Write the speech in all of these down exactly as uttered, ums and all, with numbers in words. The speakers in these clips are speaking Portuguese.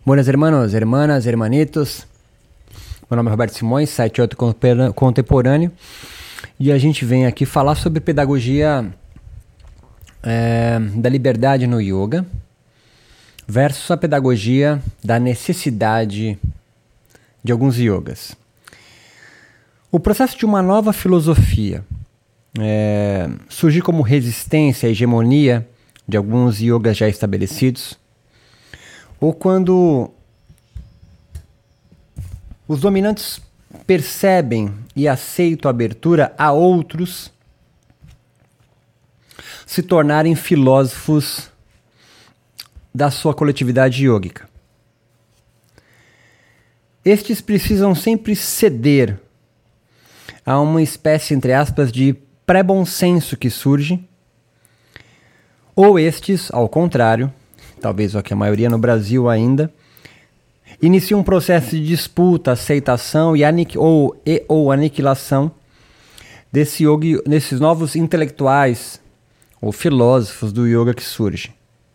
Buenas hermanos, hermanas, hermanitos. Meu nome é Roberto Simões, site Outro Contemporâneo. E a gente vem aqui falar sobre pedagogia é, da liberdade no yoga versus a pedagogia da necessidade de alguns yogas. O processo de uma nova filosofia é, surgir como resistência à hegemonia de alguns yogas já estabelecidos, ou quando os dominantes percebem e aceitam a abertura a outros se tornarem filósofos da sua coletividade yógica. Estes precisam sempre ceder a uma espécie, entre aspas, de pré-bom senso que surge, ou estes, ao contrário, talvez o que a maioria no Brasil ainda, inicia um processo de disputa, aceitação e, aniqu- ou, e ou aniquilação desse yoga, desses novos intelectuais ou filósofos do yoga que surge.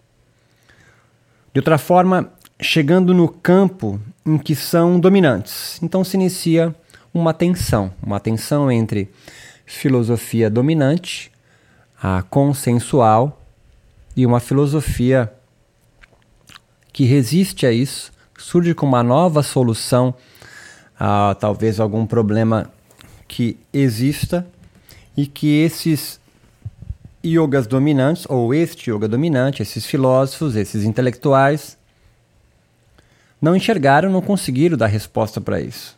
De outra forma, chegando no campo em que são dominantes. Então se inicia uma tensão, uma tensão entre filosofia dominante, a consensual, e uma filosofia que resiste a isso, surge com uma nova solução a talvez algum problema que exista e que esses yogas dominantes, ou este yoga dominante, esses filósofos, esses intelectuais, não enxergaram, não conseguiram dar resposta para isso.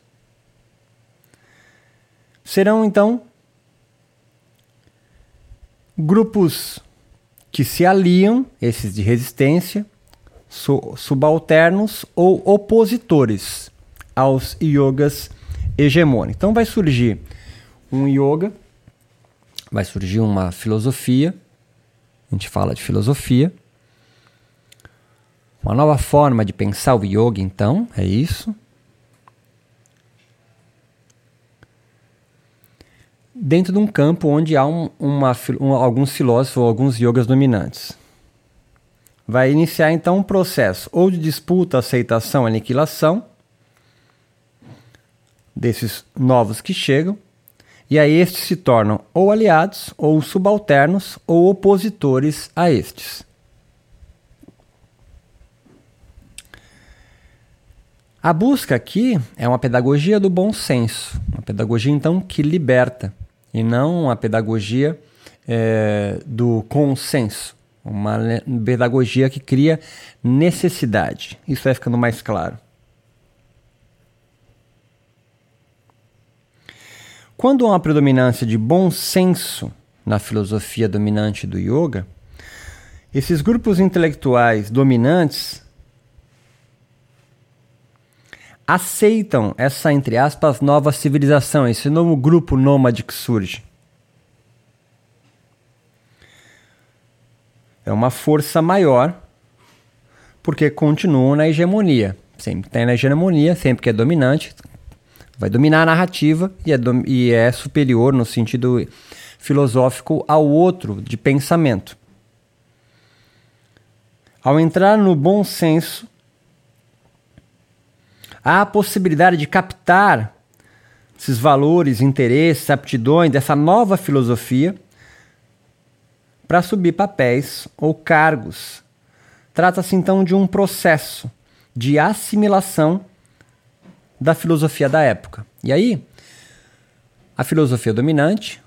Serão então grupos que se aliam, esses de resistência, subalternos ou opositores aos yogas hegemônicos. Então vai surgir um yoga, vai surgir uma filosofia, a gente fala de filosofia, uma nova forma de pensar o yoga, então, é isso. Dentro de um campo onde há um, uma, um, alguns filósofos ou alguns yogas dominantes. Vai iniciar então um processo ou de disputa, aceitação, aniquilação desses novos que chegam, e aí estes se tornam ou aliados, ou subalternos, ou opositores a estes. A busca aqui é uma pedagogia do bom senso, uma pedagogia então que liberta, e não uma pedagogia é, do consenso. Uma pedagogia que cria necessidade. Isso vai ficando mais claro. Quando há uma predominância de bom senso na filosofia dominante do yoga, esses grupos intelectuais dominantes aceitam essa, entre aspas, nova civilização, esse novo grupo nômade que surge. É uma força maior, porque continuam na hegemonia. Sempre tem na hegemonia, sempre que é dominante, vai dominar a narrativa e é, dom- e é superior no sentido filosófico ao outro de pensamento. Ao entrar no bom senso, há a possibilidade de captar esses valores, interesses, aptidões dessa nova filosofia para subir papéis ou cargos. Trata-se então de um processo de assimilação da filosofia da época. E aí, a filosofia dominante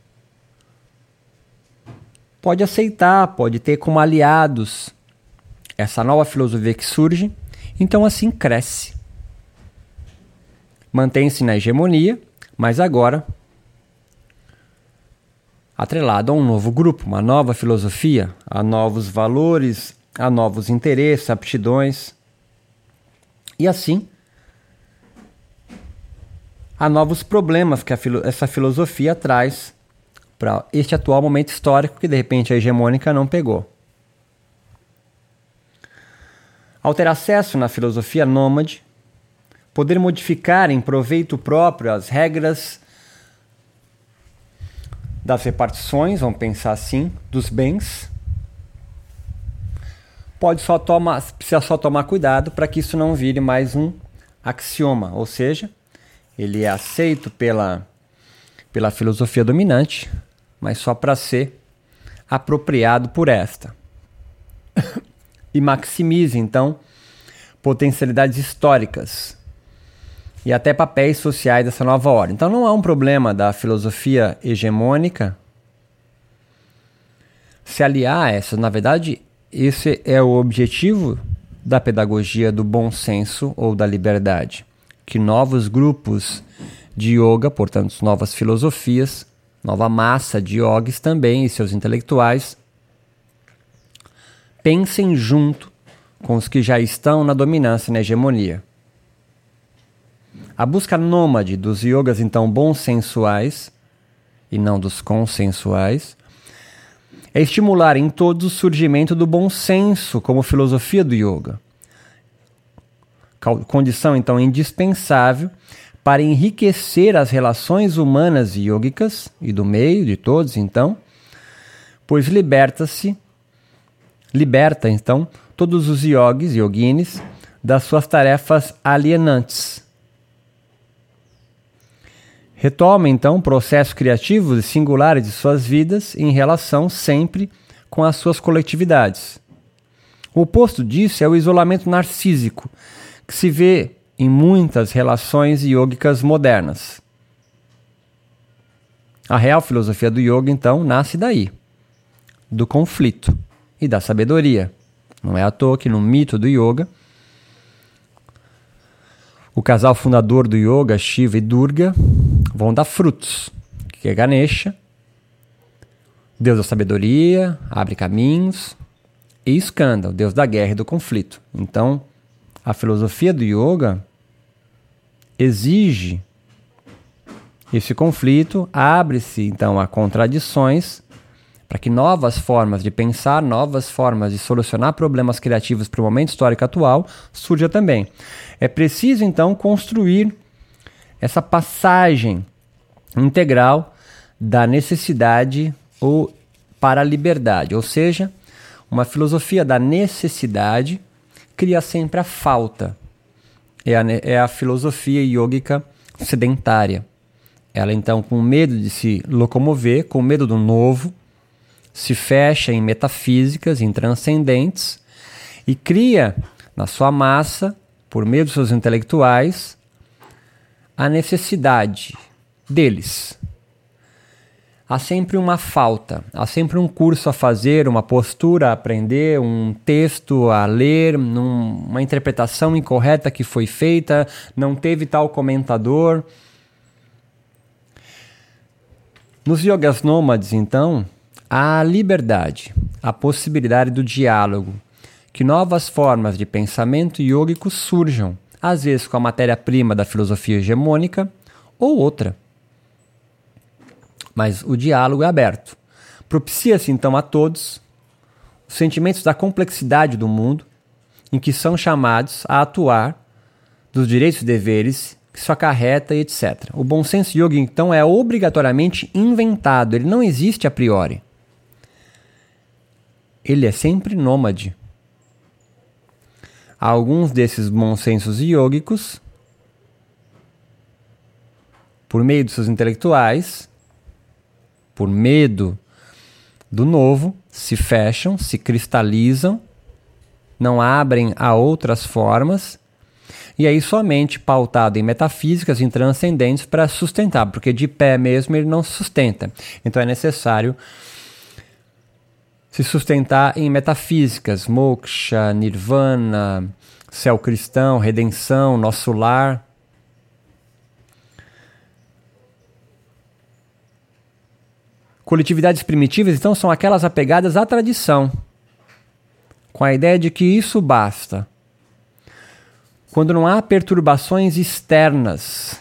pode aceitar, pode ter como aliados essa nova filosofia que surge, então assim cresce. Mantém-se na hegemonia, mas agora atrelado a um novo grupo, uma nova filosofia, a novos valores, a novos interesses, aptidões. E assim, há novos problemas que a filo- essa filosofia traz para este atual momento histórico que de repente a hegemônica não pegou. Ao ter acesso na filosofia nômade, poder modificar em proveito próprio as regras das repartições, vamos pensar assim, dos bens, pode só tomar, precisa só tomar cuidado para que isso não vire mais um axioma, ou seja, ele é aceito pela, pela filosofia dominante, mas só para ser apropriado por esta. E maximize, então, potencialidades históricas e até papéis sociais dessa nova ordem. Então não há um problema da filosofia hegemônica se aliar a essa. Na verdade, esse é o objetivo da pedagogia do bom senso ou da liberdade. Que novos grupos de yoga, portanto, novas filosofias, nova massa de yogis também e seus intelectuais, pensem junto com os que já estão na dominância e na hegemonia. A busca nômade dos yogas, então, bonsensuais, e não dos consensuais, é estimular em todos o surgimento do bom senso como filosofia do yoga. Condição, então, indispensável para enriquecer as relações humanas e yogicas, e do meio, de todos, então, pois liberta-se, liberta, então, todos os yogis e yoginis das suas tarefas alienantes. Retoma, então, processos criativos e singulares de suas vidas em relação sempre com as suas coletividades. O oposto disso é o isolamento narcísico, que se vê em muitas relações yogicas modernas. A real filosofia do yoga, então, nasce daí, do conflito e da sabedoria. Não é à toa que no mito do yoga, o casal fundador do yoga, Shiva e Durga, vão dar frutos, que é Ganesha, Deus da sabedoria, abre caminhos, e Skanda, o Deus da guerra e do conflito. Então, a filosofia do yoga exige esse conflito, abre-se então a contradições, para que novas formas de pensar, novas formas de solucionar problemas criativos para o momento histórico atual surjam também. É preciso, então, construir essa passagem integral da necessidade ou para a liberdade. Ou seja, uma filosofia da necessidade cria sempre a falta. É a, é a filosofia yógica sedentária. Ela, então, com medo de se locomover, com medo do novo, se fecha em metafísicas, em transcendentes, e cria na sua massa, por meio dos seus intelectuais, a necessidade deles. Há sempre uma falta, há sempre um curso a fazer, uma postura a aprender, um texto a ler, num, uma interpretação incorreta que foi feita, não teve tal comentador. Nos yogas nômades, então, há a liberdade, a possibilidade do diálogo, que novas formas de pensamento yógico surjam, às vezes com a matéria-prima da filosofia hegemônica ou outra. Mas o diálogo é aberto. Propicia-se então a todos os sentimentos da complexidade do mundo, em que são chamados a atuar, dos direitos e deveres que isso acarreta e etcétera. O bom senso yoga, então, é obrigatoriamente inventado, ele não existe a priori. Ele é sempre nômade. Alguns desses bons sensos yógicos, por meio dos seus intelectuais, por medo do novo, se fecham, se cristalizam, não abrem a outras formas, e aí somente pautado em metafísicas, em transcendentes, para sustentar, porque de pé mesmo ele não sustenta. Então é necessário se sustentar em metafísicas, moksha, nirvana, céu cristão, redenção, nosso lar. Coletividades primitivas, então, são aquelas apegadas à tradição, com a ideia de que isso basta. Quando não há perturbações externas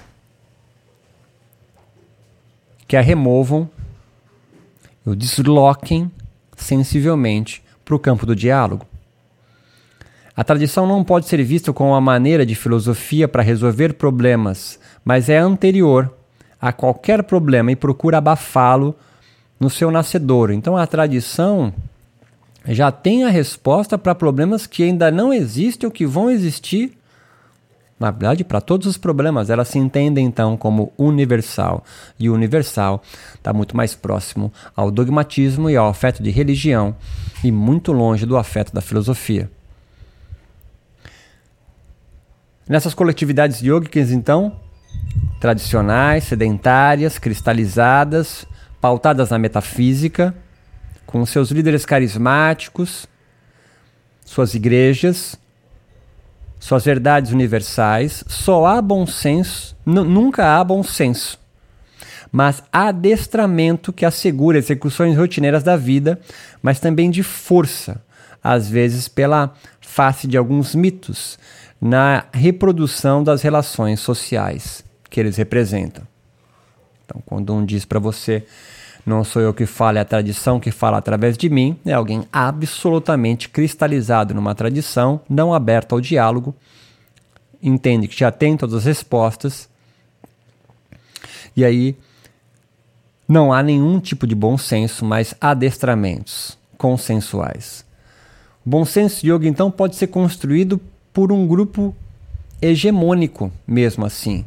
que a removam, ou desloquem sensivelmente para o campo do diálogo. A tradição não pode ser vista como uma maneira de filosofia para resolver problemas, mas é anterior a qualquer problema e procura abafá-lo no seu nascedouro. Então a tradição já tem a resposta para problemas que ainda não existem ou que vão existir. Na verdade, para todos os problemas, ela se entende então como universal. E o universal está muito mais próximo ao dogmatismo e ao afeto de religião e muito longe do afeto da filosofia. Nessas coletividades yogicas, então, tradicionais, sedentárias, cristalizadas, pautadas na metafísica, com seus líderes carismáticos, suas igrejas, suas verdades universais, só há bom senso, n- nunca há bom senso, mas adestramento que assegura execuções rotineiras da vida, mas também de força, às vezes pela face de alguns mitos, na reprodução das relações sociais que eles representam. Então, quando um diz para você, não sou eu que falo, é a tradição que fala através de mim, é alguém absolutamente cristalizado numa tradição, não aberto ao diálogo, entende que já tem todas as respostas, e aí não há nenhum tipo de bom senso, mas adestramentos consensuais. O bom senso yoga, então, pode ser construído por um grupo hegemônico, mesmo assim.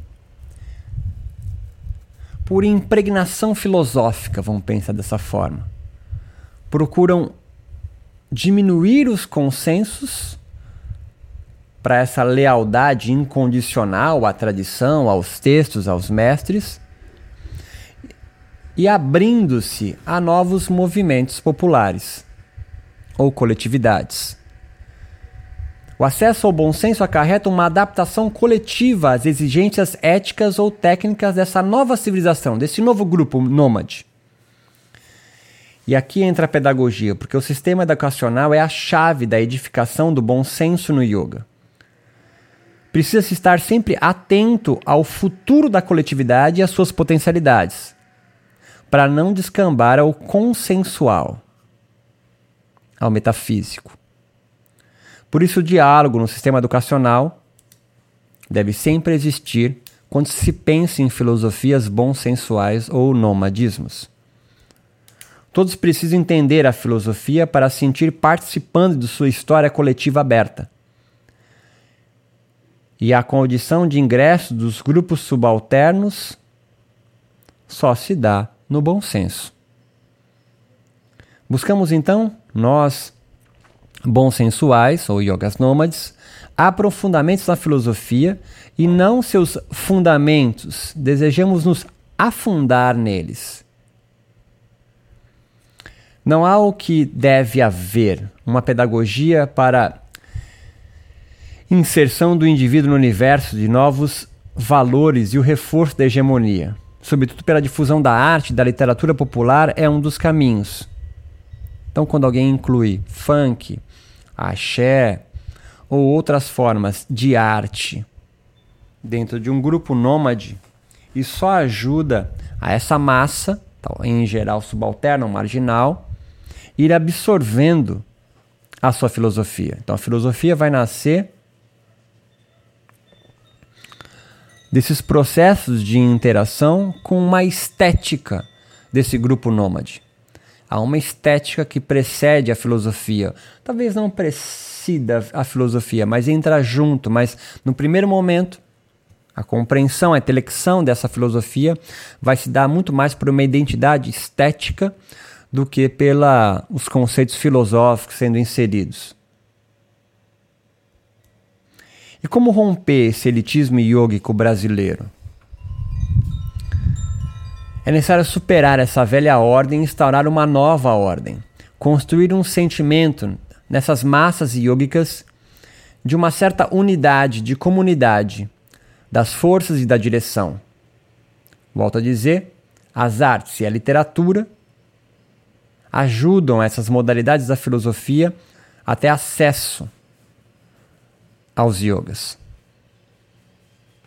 Por impregnação filosófica, vamos pensar dessa forma. Procuram diminuir os consensos para essa lealdade incondicional à tradição, aos textos, aos mestres, e abrindo-se a novos movimentos populares ou coletividades. O acesso ao bom senso acarreta uma adaptação coletiva às exigências éticas ou técnicas dessa nova civilização, desse novo grupo nômade. E aqui entra a pedagogia, porque o sistema educacional é a chave da edificação do bom senso no yoga. Precisa-se estar sempre atento ao futuro da coletividade e às suas potencialidades, para não descambar ao consensual, ao metafísico. Por isso, o diálogo no sistema educacional deve sempre existir quando se pensa em filosofias bonsensuais ou nomadismos. Todos precisam entender a filosofia para se sentir participando de sua história coletiva aberta. E a condição de ingresso dos grupos subalternos só se dá no bom senso. Buscamos, então, nós, bonsensuais ou yogas nômades, aprofundamentos na filosofia e não seus fundamentos. Desejamos nos afundar neles. Não há o que deve haver uma pedagogia para inserção do indivíduo no universo de novos valores e o reforço da hegemonia, sobretudo pela difusão da arte e da literatura popular, é um dos caminhos. Então, quando alguém inclui funk, axé ou outras formas de arte dentro de um grupo nômade, isso só ajuda a essa massa, em geral subalterna ou marginal, ir absorvendo a sua filosofia. Então a filosofia vai nascer desses processos de interação com uma estética desse grupo nômade. Há uma estética que precede a filosofia. Talvez não preceda a filosofia, mas entra junto. Mas no primeiro momento, a compreensão, a intelecção dessa filosofia vai se dar muito mais por uma identidade estética do que pelos conceitos filosóficos sendo inseridos. E como romper esse elitismo yógico brasileiro? É necessário superar essa velha ordem e instaurar uma nova ordem. Construir um sentimento nessas massas yógicas de uma certa unidade, de comunidade, das forças e da direção. Volto a dizer, as artes e a literatura ajudam essas modalidades da filosofia a ter acesso aos yogas.